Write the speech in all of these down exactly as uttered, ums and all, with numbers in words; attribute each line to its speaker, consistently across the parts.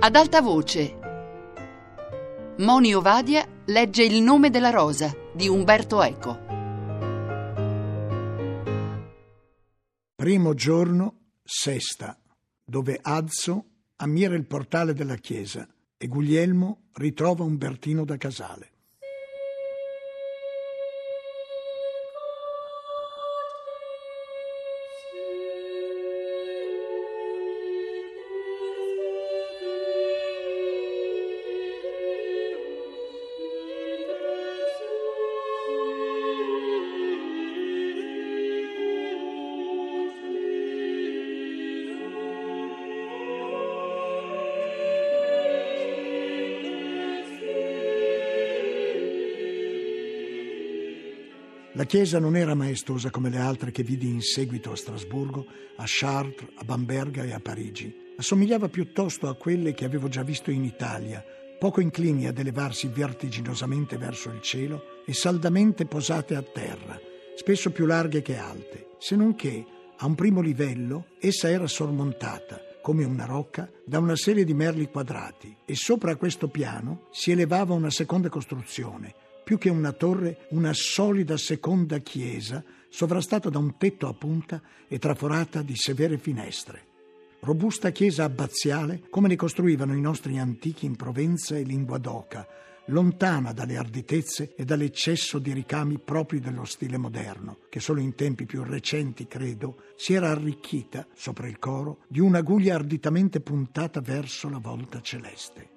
Speaker 1: Ad alta voce, Moni Ovadia legge Il nome della rosa di Umberto Eco.
Speaker 2: Primo giorno, sesta, dove Azzo ammira il portale della chiesa e Guglielmo ritrova Umbertino da Casale. La chiesa non era maestosa come le altre che vidi in seguito a Strasburgo, a Chartres, a Bamberga e a Parigi. Assomigliava piuttosto a quelle che avevo già visto in Italia, poco inclini ad elevarsi vertiginosamente verso il cielo e saldamente posate a terra, spesso più larghe che alte, se non che, a un primo livello, essa era sormontata, come una rocca, da una serie di merli quadrati, e sopra a questo piano si elevava una seconda costruzione, più che una torre, una solida seconda chiesa, sovrastata da un tetto a punta e traforata di severe finestre. Robusta chiesa abbaziale, come ne costruivano i nostri antichi in Provenza e Linguadoca, lontana dalle arditezze e dall'eccesso di ricami propri dello stile moderno, che solo in tempi più recenti, credo, si era arricchita, sopra il coro, di un'aguglia arditamente puntata verso la volta celeste.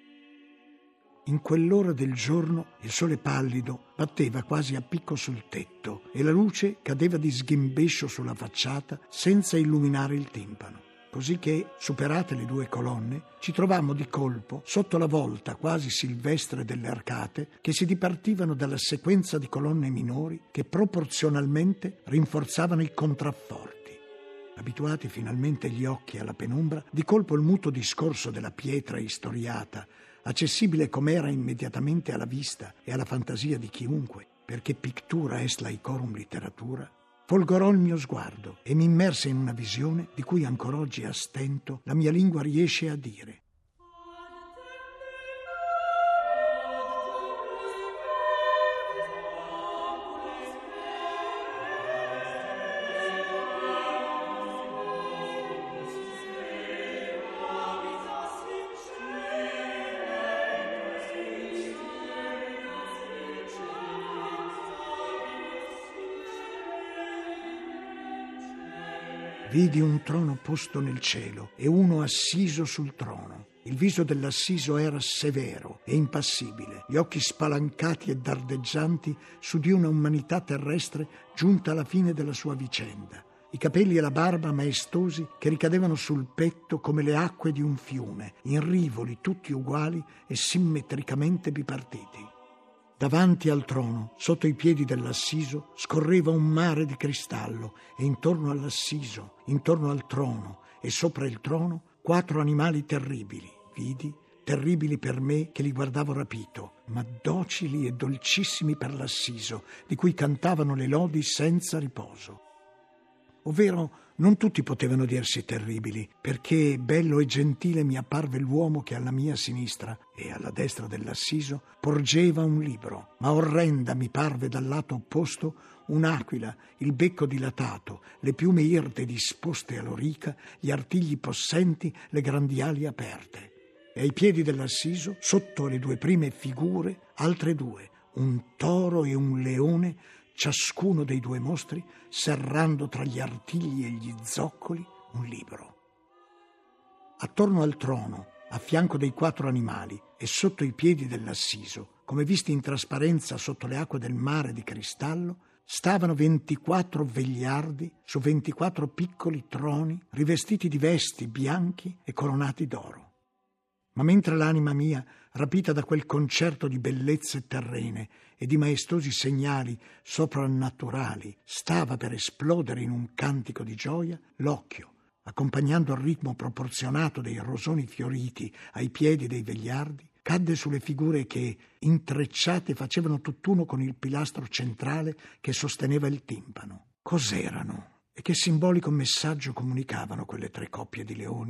Speaker 2: In quell'ora del giorno il sole pallido batteva quasi a picco sul tetto e la luce cadeva di sghimbescio sulla facciata senza illuminare il timpano. Così che, superate le due colonne, ci trovammo di colpo sotto la volta quasi silvestre delle arcate che si dipartivano dalla sequenza di colonne minori che proporzionalmente rinforzavano i contrafforti. Abituati finalmente gli occhi alla penombra, di colpo il muto discorso della pietra istoriata, accessibile com'era immediatamente alla vista e alla fantasia di chiunque, perché pictura est laicorum literatura, folgorò il mio sguardo e mi immerse in una visione di cui ancor oggi a stento la mia lingua riesce a dire. Vidi un trono posto nel cielo e uno assiso sul trono. Il viso dell'assiso era severo e impassibile, gli occhi spalancati e dardeggianti su di una umanità terrestre giunta alla fine della sua vicenda. I capelli e la barba maestosi che ricadevano sul petto come le acque di un fiume, in rivoli tutti uguali e simmetricamente bipartiti. Davanti al trono, sotto i piedi dell'assiso, scorreva un mare di cristallo e intorno all'assiso, intorno al trono e sopra il trono, quattro animali terribili, vidi, terribili per me che li guardavo rapito, ma docili e dolcissimi per l'assiso, di cui cantavano le lodi senza riposo. Ovvero, non tutti potevano dirsi terribili, perché bello e gentile mi apparve l'uomo che alla mia sinistra e alla destra dell'assiso porgeva un libro, ma orrenda mi parve dal lato opposto un'aquila, il becco dilatato, le piume irte disposte all'orica, gli artigli possenti, le grandi ali aperte. E ai piedi dell'assiso, sotto le due prime figure, altre due, un toro e un leone, ciascuno dei due mostri serrando tra gli artigli e gli zoccoli un libro. Attorno al trono, a fianco dei quattro animali e sotto i piedi dell'assiso, come visti in trasparenza sotto le acque del mare di cristallo, stavano ventiquattro vegliardi su ventiquattro piccoli troni rivestiti di vesti bianchi e coronati d'oro. Ma mentre l'anima mia, rapita da quel concerto di bellezze terrene e di maestosi segnali soprannaturali, stava per esplodere in un cantico di gioia, l'occhio, accompagnando il ritmo proporzionato dei rosoni fioriti ai piedi dei vegliardi, cadde sulle figure che, intrecciate, facevano tutt'uno con il pilastro centrale che sosteneva il timpano. Cos'erano? E che simbolico messaggio comunicavano quelle tre coppie di leoni,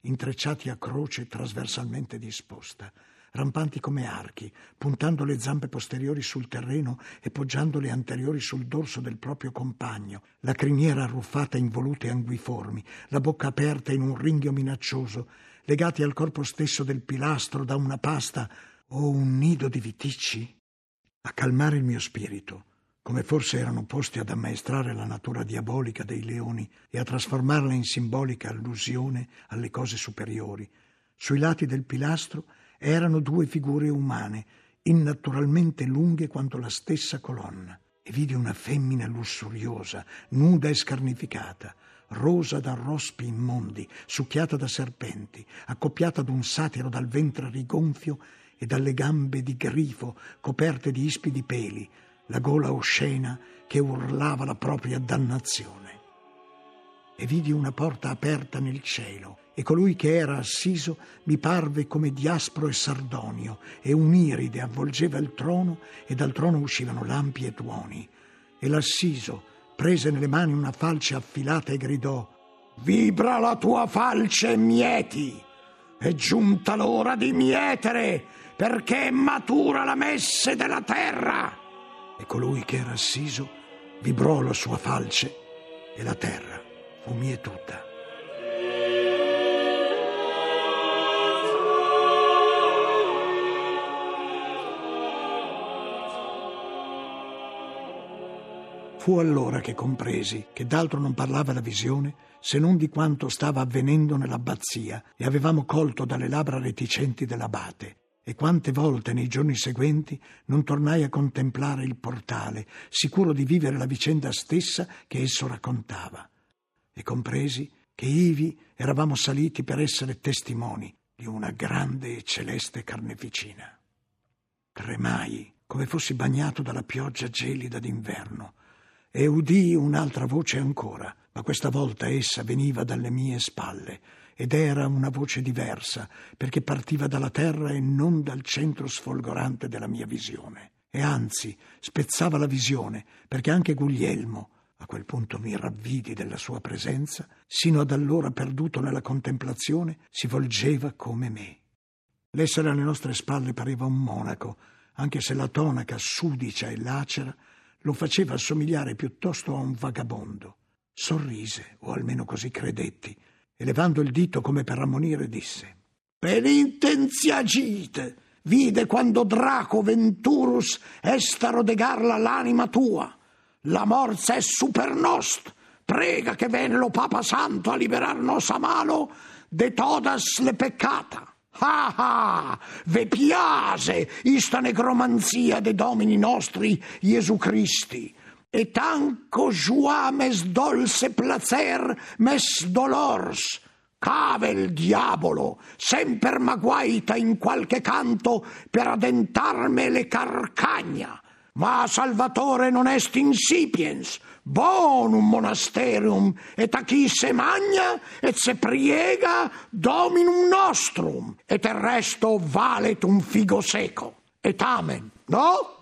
Speaker 2: intrecciati a croce trasversalmente disposta, rampanti come archi, puntando le zampe posteriori sul terreno e poggiando le anteriori sul dorso del proprio compagno, la criniera arruffata in volute anguiformi, la bocca aperta in un ringhio minaccioso, legati al corpo stesso del pilastro da una pasta o un nido di viticci? A calmare il mio spirito, come forse erano posti ad ammaestrare la natura diabolica dei leoni e a trasformarla in simbolica allusione alle cose superiori, sui lati del pilastro erano due figure umane, innaturalmente lunghe quanto la stessa colonna, e vidi una femmina lussuriosa, nuda e scarnificata, rosa da rospi immondi, succhiata da serpenti, accoppiata ad un satiro dal ventre rigonfio e dalle gambe di grifo coperte di ispidi peli, la gola oscena che urlava la propria dannazione. E vidi una porta aperta nel cielo, e colui che era assiso mi parve come di aspro e sardonio, e un'iride avvolgeva il trono, e dal trono uscivano lampi e tuoni. E l'assiso prese nelle mani una falce affilata e gridò: «Vibra la tua falce e mieti! È giunta l'ora di mietere, perché è matura la messe della terra!» E colui che era assiso vibrò la sua falce, e la terra fu mietuta. Fu allora che compresi che d'altro non parlava la visione se non di quanto stava avvenendo nell'abbazia, e avevamo colto dalle labbra reticenti dell'abate. E quante volte nei giorni seguenti non tornai a contemplare il portale, sicuro di vivere la vicenda stessa che esso raccontava. E compresi che ivi eravamo saliti per essere testimoni di una grande e celeste carneficina. Tremai come fossi bagnato dalla pioggia gelida d'inverno, e udii un'altra voce ancora, ma questa volta essa veniva dalle mie spalle, ed era una voce diversa, perché partiva dalla terra e non dal centro sfolgorante della mia visione. E anzi, spezzava la visione, perché anche Guglielmo, a quel punto mi ravvidi della sua presenza, sino ad allora perduto nella contemplazione, si volgeva come me. L'essere alle nostre spalle pareva un monaco, anche se la tonaca sudicia e lacera lo faceva assomigliare piuttosto a un vagabondo. Sorrise, o almeno così credetti, e levando il dito come per ammonire disse: «Penitenziagite, vide quando Draco Venturus est a rodegarla l'anima tua. La morsa è super nost, prega che ven lo Papa Santo a liberarnos a malo de todas le peccata. Ah ah, ve piase ista necromanzia de domini nostri Iesu Christi, e tanco joie mes dolce placer mes dolors. Cave il diavolo, semper m'aguaita in qualche canto per addentarme le carcagna. Ma Salvatore non est insipiens, bonum monasterium, et aqui se magna, et se priega Dominum nostrum, et el resto valet un figo seco. Et amen, no?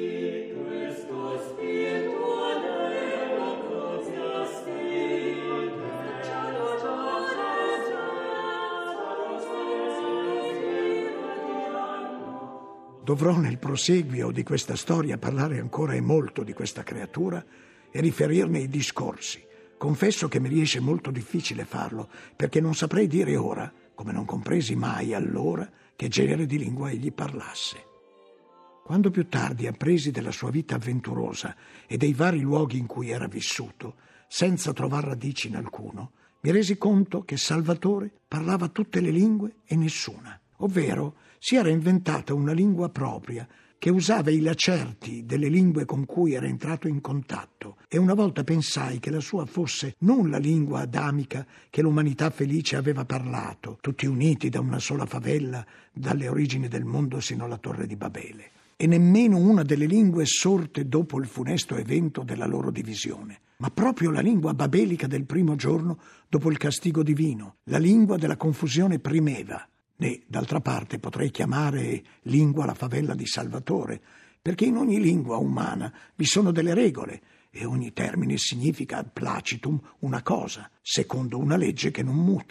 Speaker 2: Dovrò nel proseguio di questa storia parlare ancora e molto di questa creatura e riferirne i discorsi. Confesso che mi riesce molto difficile farlo, perché non saprei dire ora, come non compresi mai allora, che genere di lingua egli parlasse. Quando più tardi appresi della sua vita avventurosa e dei vari luoghi in cui era vissuto, senza trovar radici in alcuno, mi resi conto che Salvatore parlava tutte le lingue e nessuna, ovvero si era inventata una lingua propria che usava i lacerti delle lingue con cui era entrato in contatto, e una volta pensai che la sua fosse non la lingua adamica che l'umanità felice aveva parlato, tutti uniti da una sola favella dalle origini del mondo sino alla Torre di Babele, e nemmeno una delle lingue sorte dopo il funesto evento della loro divisione, ma proprio la lingua babelica del primo giorno dopo il castigo divino, la lingua della confusione primeva. Né, d'altra parte, potrei chiamare lingua la favella di Salvatore, perché in ogni lingua umana vi sono delle regole, e ogni termine significa ad placitum una cosa, secondo una legge che non muta.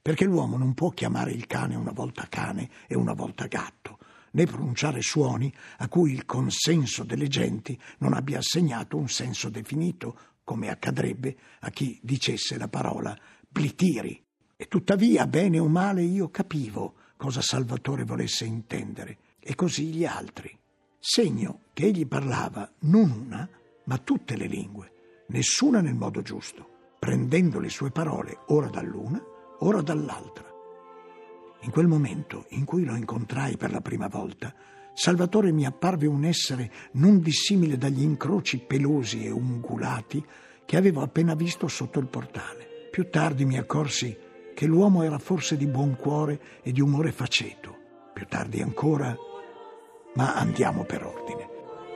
Speaker 2: perché l'uomo non può chiamare il cane una volta cane e una volta gatto, né pronunciare suoni a cui il consenso delle genti non abbia assegnato un senso definito, come accadrebbe a chi dicesse la parola blitiri. E tuttavia, bene o male, io capivo cosa Salvatore volesse intendere, e così gli altri. Segno che egli parlava non una, ma tutte le lingue, nessuna nel modo giusto, prendendo le sue parole ora dall'una, ora dall'altra. In quel momento in cui lo incontrai per la prima volta, Salvatore mi apparve un essere non dissimile dagli incroci pelosi e ungulati che avevo appena visto sotto il portale. Più tardi mi accorsi che l'uomo era forse di buon cuore e di umore faceto. Più tardi ancora, ma andiamo per ordine.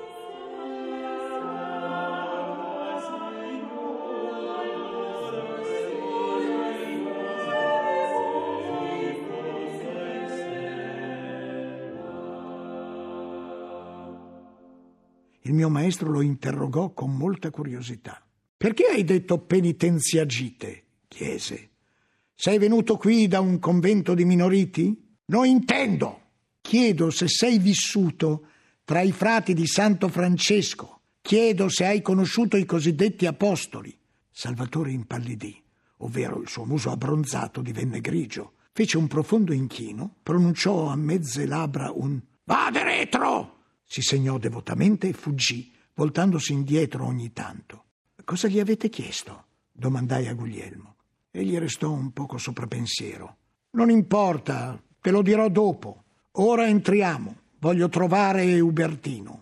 Speaker 2: Il mio maestro lo interrogò con molta curiosità. «Perché hai detto penitenziagite?» chiese. «Sei venuto qui da un convento di minoriti?» «Non intendo!» «Chiedo se sei vissuto tra i frati di Santo Francesco. Chiedo se hai conosciuto i cosiddetti apostoli». Salvatore impallidì, ovvero il suo muso abbronzato divenne grigio. Fece un profondo inchino, pronunciò a mezze labbra un «Vade retro!» Si segnò devotamente e fuggì, voltandosi indietro ogni tanto. «Cosa gli avete chiesto?» domandai a Guglielmo. Egli restò un poco soprapensiero. «Non importa, te lo dirò dopo. Ora entriamo. Voglio trovare Ubertino».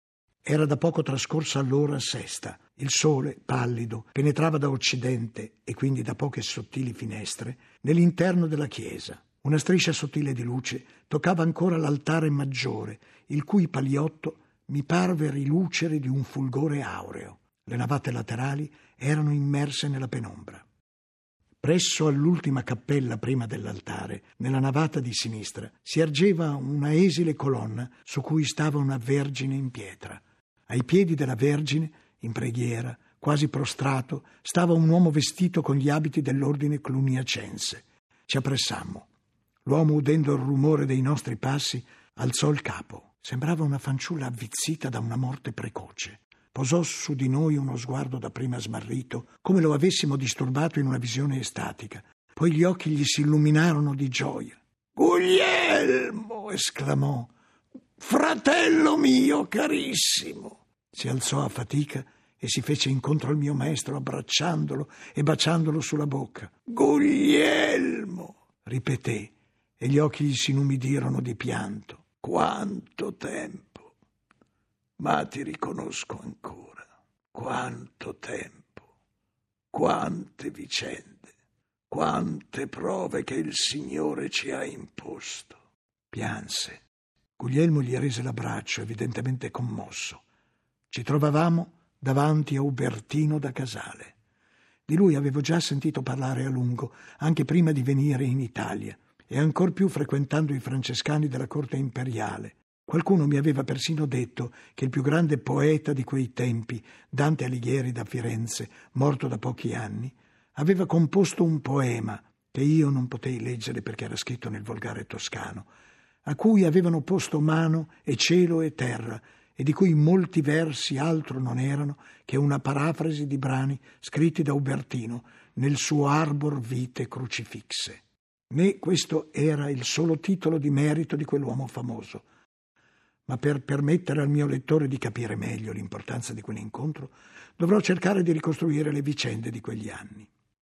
Speaker 2: Era da poco trascorsa l'ora sesta. Il sole, pallido, penetrava da occidente e quindi da poche sottili finestre nell'interno della chiesa. Una striscia sottile di luce toccava ancora l'altare maggiore, il cui paliotto mi parve rilucere di un fulgore aureo. Le navate laterali erano immerse nella penombra. Presso all'ultima cappella prima dell'altare, nella navata di sinistra, si ergeva una esile colonna su cui stava una Vergine in pietra. Ai piedi della Vergine, in preghiera, quasi prostrato, stava un uomo vestito con gli abiti dell'ordine cluniacense. Ci appressammo. L'uomo, udendo il rumore dei nostri passi, alzò il capo. Sembrava una fanciulla avvizzita da una morte precoce. Posò su di noi uno sguardo dapprima smarrito, come lo avessimo disturbato in una visione estatica. Poi gli occhi gli si illuminarono di gioia. «Guglielmo!» esclamò. «Fratello mio carissimo!» Si alzò a fatica e si fece incontro al mio maestro abbracciandolo e baciandolo sulla bocca. «Guglielmo!» ripeté, e gli occhi gli si inumidirono di pianto. «Quanto tempo! Ma ti riconosco ancora. Quanto tempo! Quante vicende! Quante prove che il Signore ci ha imposto!» Pianse. Guglielmo gli rese l'abbraccio, evidentemente commosso. Ci trovavamo davanti a Ubertino da Casale. Di lui avevo già sentito parlare a lungo, anche prima di venire in Italia, e ancor più frequentando i francescani della corte imperiale. Qualcuno mi aveva persino detto che il più grande poeta di quei tempi, Dante Alighieri da Firenze, morto da pochi anni, aveva composto un poema che io non potei leggere perché era scritto nel volgare toscano, a cui avevano posto mano e cielo e terra, e di cui molti versi altro non erano che una parafrasi di brani scritti da Ubertino nel suo Arbor Vitae Crucifixe. Né questo era il solo titolo di merito di quell'uomo famoso, ma per permettere al mio lettore di capire meglio l'importanza di quell'incontro, dovrò cercare di ricostruire le vicende di quegli anni.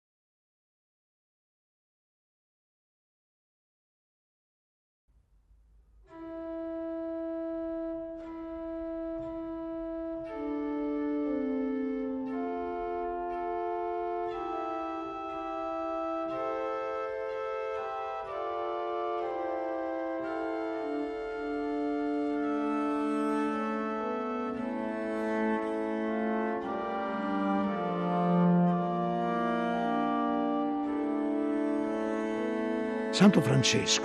Speaker 2: Santo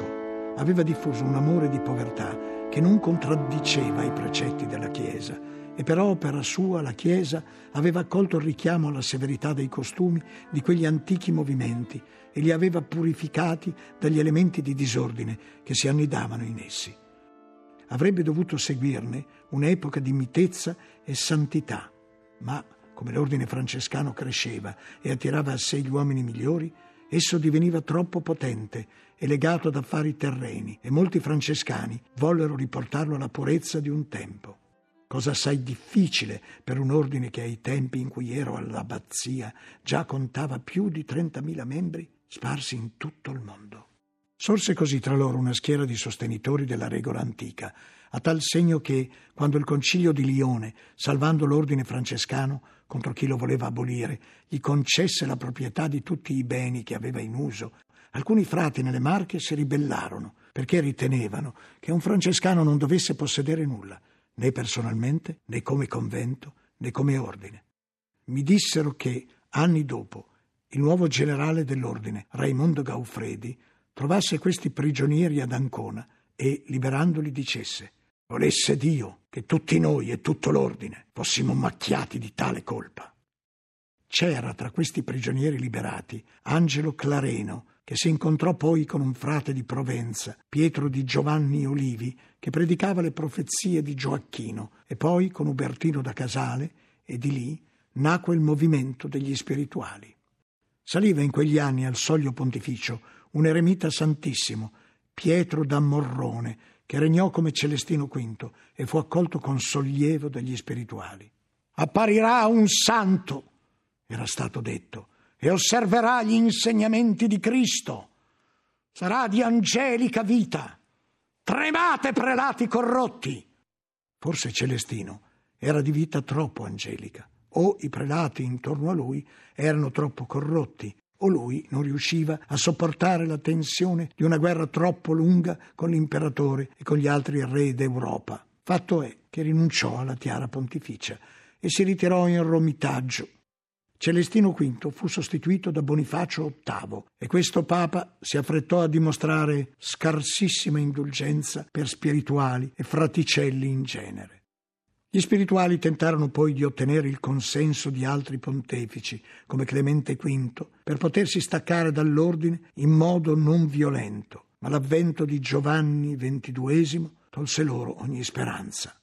Speaker 2: Francesco aveva diffuso un amore di povertà che non contraddiceva i precetti della Chiesa e per opera sua la Chiesa aveva accolto il richiamo alla severità dei costumi di quegli antichi movimenti e li aveva purificati dagli elementi di disordine che si annidavano in essi. Avrebbe dovuto seguirne un'epoca di mitezza e santità, ma come l'ordine francescano cresceva e attirava a sé gli uomini migliori, esso diveniva troppo potente e legato ad affari terreni, e molti francescani vollero riportarlo alla purezza di un tempo. Cosa assai difficile per un ordine che ai tempi in cui ero all'abbazia già contava più di trentamila membri sparsi in tutto il mondo. Sorse così tra loro una schiera di sostenitori della regola antica, a tal segno che, quando il concilio di Lione, salvando l'ordine francescano contro chi lo voleva abolire, gli concesse la proprietà di tutti i beni che aveva in uso, alcuni frati nelle Marche si ribellarono perché ritenevano che un francescano non dovesse possedere nulla, né personalmente, né come convento, né come ordine. Mi dissero che, anni dopo, il nuovo generale dell'ordine, Raimondo Gaufredi, trovasse questi prigionieri ad Ancona e, liberandoli, dicesse: «Volesse Dio che tutti noi e tutto l'ordine fossimo macchiati di tale colpa». C'era tra questi prigionieri liberati Angelo Clareno, che si incontrò poi con un frate di Provenza, Pietro di Giovanni Olivi, che predicava le profezie di Gioacchino, e poi con Ubertino da Casale, e di lì nacque il movimento degli spirituali. Saliva in quegli anni al soglio pontificio un eremita santissimo, Pietro da Morrone, che regnò come Celestino quinto e fu accolto con sollievo dagli spirituali. «Apparirà un santo», era stato detto, «e osserverà gli insegnamenti di Cristo. Sarà di angelica vita. Tremate, prelati corrotti!» Forse Celestino era di vita troppo angelica, o i prelati intorno a lui erano troppo corrotti, o lui non riusciva a sopportare la tensione di una guerra troppo lunga con l'imperatore e con gli altri re d'Europa. Fatto è che rinunciò alla tiara pontificia e si ritirò in romitaggio. Celestino quinto fu sostituito da Bonifacio ottavo e questo papa si affrettò a dimostrare scarsissima indulgenza per spirituali e fraticelli in genere. Gli spirituali tentarono poi di ottenere il consenso di altri pontefici, come Clemente quinto, per potersi staccare dall'ordine in modo non violento, ma l'avvento di Giovanni ventiduesimo tolse loro ogni speranza.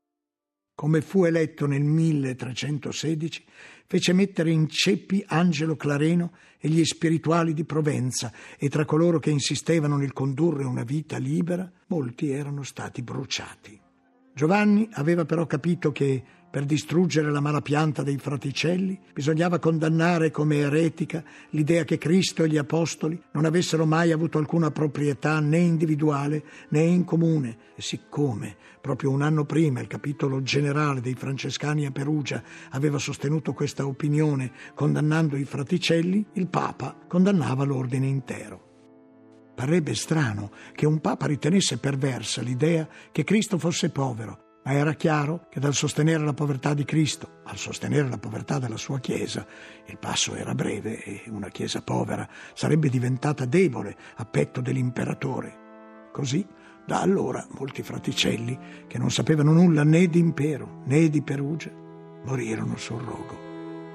Speaker 2: Come fu eletto nel milletrecentosedici, fece mettere in ceppi Angelo Clareno e gli spirituali di Provenza, e tra coloro che insistevano nel condurre una vita libera, molti erano stati bruciati. Giovanni aveva però capito che, per distruggere la mala pianta dei fraticelli, bisognava condannare come eretica l'idea che Cristo e gli apostoli non avessero mai avuto alcuna proprietà né individuale né in comune. E siccome, proprio un anno prima, il capitolo generale dei francescani a Perugia aveva sostenuto questa opinione condannando i fraticelli, il Papa condannava l'ordine intero. Parrebbe strano che un papa ritenesse perversa l'idea che Cristo fosse povero, ma era chiaro che dal sostenere la povertà di Cristo al sostenere la povertà della sua Chiesa, il passo era breve e una Chiesa povera sarebbe diventata debole a petto dell'imperatore. Così, da allora, molti fraticelli, che non sapevano nulla né di impero né di Perugia, morirono sul rogo.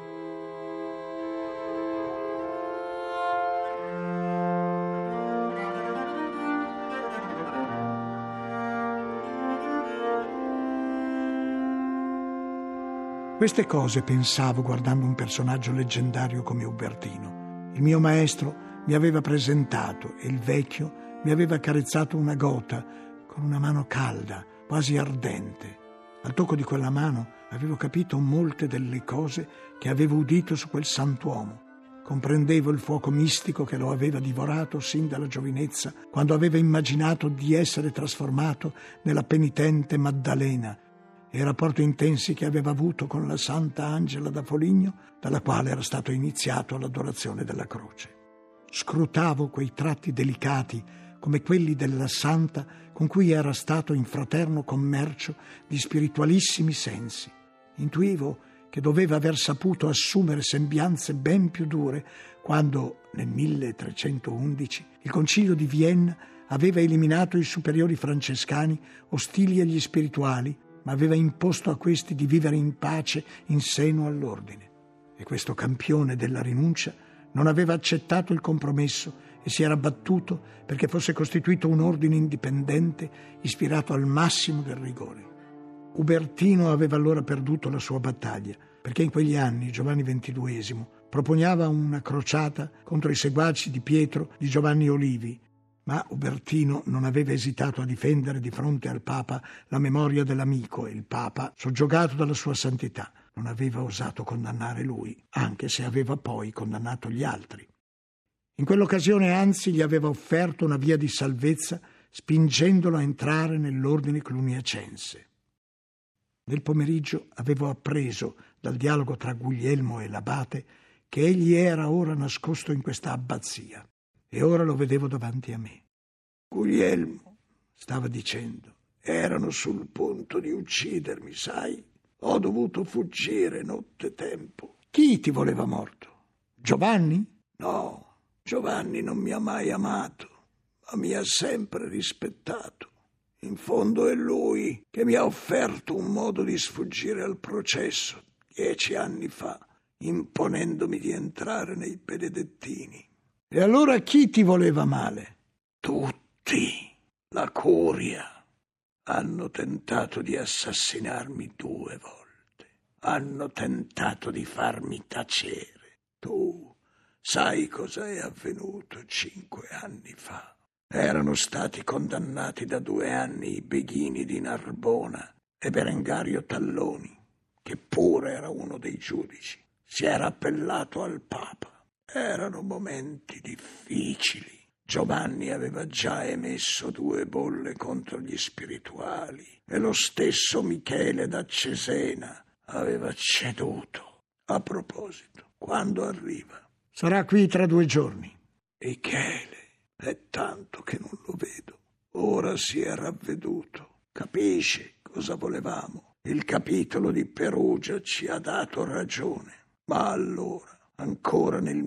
Speaker 2: Queste cose pensavo guardando un personaggio leggendario come Ubertino. Il mio maestro mi aveva presentato e il vecchio mi aveva carezzato una gota con una mano calda, quasi ardente. Al tocco di quella mano avevo capito molte delle cose che avevo udito su quel santuomo. Comprendevo il fuoco mistico che lo aveva divorato sin dalla giovinezza, quando aveva immaginato di essere trasformato nella penitente Maddalena, e i rapporti intensi che aveva avuto con la Santa Angela da Foligno, dalla quale era stato iniziato all'adorazione della croce. Scrutavo quei tratti delicati come quelli della Santa con cui era stato in fraterno commercio di spiritualissimi sensi. Intuivo che doveva aver saputo assumere sembianze ben più dure quando, nel milletrecentoundici, il Concilio di Vienna aveva eliminato i superiori francescani ostili agli spirituali ma aveva imposto a questi di vivere in pace in seno all'ordine. E questo campione della rinuncia non aveva accettato il compromesso e si era battuto perché fosse costituito un ordine indipendente ispirato al massimo del rigore. Ubertino aveva allora perduto la sua battaglia, perché in quegli anni Giovanni ventiduesimo proponeva una crociata contro i seguaci di Pietro di Giovanni Olivi, ma Ubertino non aveva esitato a difendere di fronte al Papa la memoria dell'amico e il Papa, soggiogato dalla sua santità, non aveva osato condannare lui, anche se aveva poi condannato gli altri. In quell'occasione anzi gli aveva offerto una via di salvezza, spingendolo a entrare nell'ordine cluniacense. Nel pomeriggio avevo appreso dal dialogo tra Guglielmo e l'abate che egli era ora nascosto in questa abbazia e ora lo vedevo davanti a me. Guglielmo, stava dicendo, erano sul punto di uccidermi, sai? Ho dovuto fuggire nottetempo. Chi ti voleva morto? Giovanni? No, Giovanni non mi ha mai amato, ma mi ha sempre rispettato. In fondo è lui che mi ha offerto un modo di sfuggire al processo dieci anni fa, imponendomi di entrare nei benedettini. E allora chi ti voleva male? Tutti, la curia. Hanno tentato di assassinarmi due volte. Hanno tentato di farmi tacere. Tu sai cosa è avvenuto cinque anni fa? Erano stati condannati da due anni i Beghini di Narbona e Berengario Talloni, che pure era uno dei giudici. Si era appellato al Papa. Erano momenti difficili. Giovanni aveva già emesso due bolle contro gli spirituali e lo stesso Michele da Cesena aveva ceduto. A proposito, quando arriva? Sarà qui tra due giorni. Michele, è tanto che non lo vedo. Ora si è ravveduto. Capisce cosa volevamo? Il capitolo di Perugia ci ha dato ragione. Ma allora, ancora nel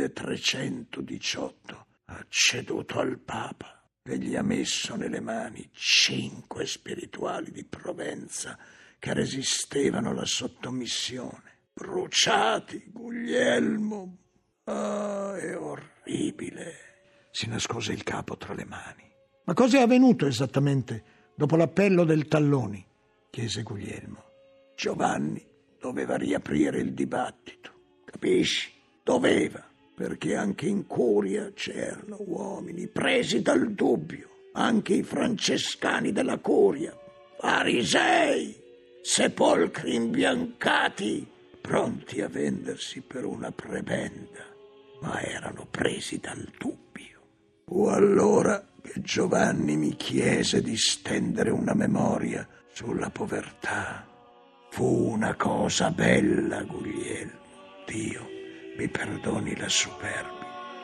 Speaker 2: milletrecentodiciotto, ha ceduto al Papa e gli ha messo nelle mani cinque spirituali di Provenza che resistevano alla sottomissione. Bruciati, Guglielmo! Ah, è orribile! Si nascose il capo tra le mani. Ma cosa è avvenuto esattamente dopo l'appello del Talloni? Chiese Guglielmo. Giovanni doveva riaprire il dibattito, capisci? Doveva. Perché anche in curia c'erano uomini presi dal dubbio, anche i francescani della curia, farisei, sepolcri imbiancati, pronti a vendersi per una prebenda, ma erano presi dal dubbio. Fu allora che Giovanni mi chiese di stendere una memoria sulla povertà. Fu una cosa bella, Guglielmo, Dio mi perdoni la superbia.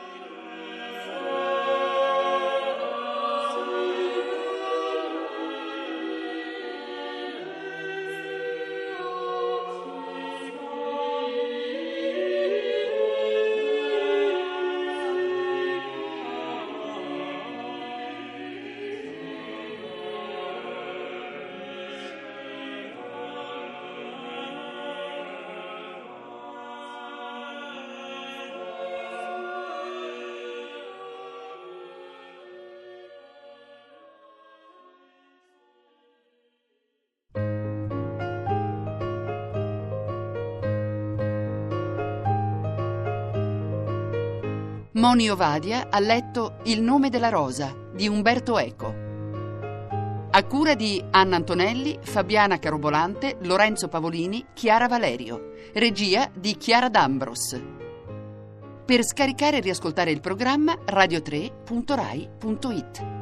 Speaker 1: Moni Ovadia ha letto Il nome della rosa di Umberto Eco, a cura di Anna Antonelli, Fabiana Carobolante, Lorenzo Pavolini, Chiara Valerio, regia di Chiara D'Ambros. Per scaricare e riascoltare il programma radio tre punto rai punto it.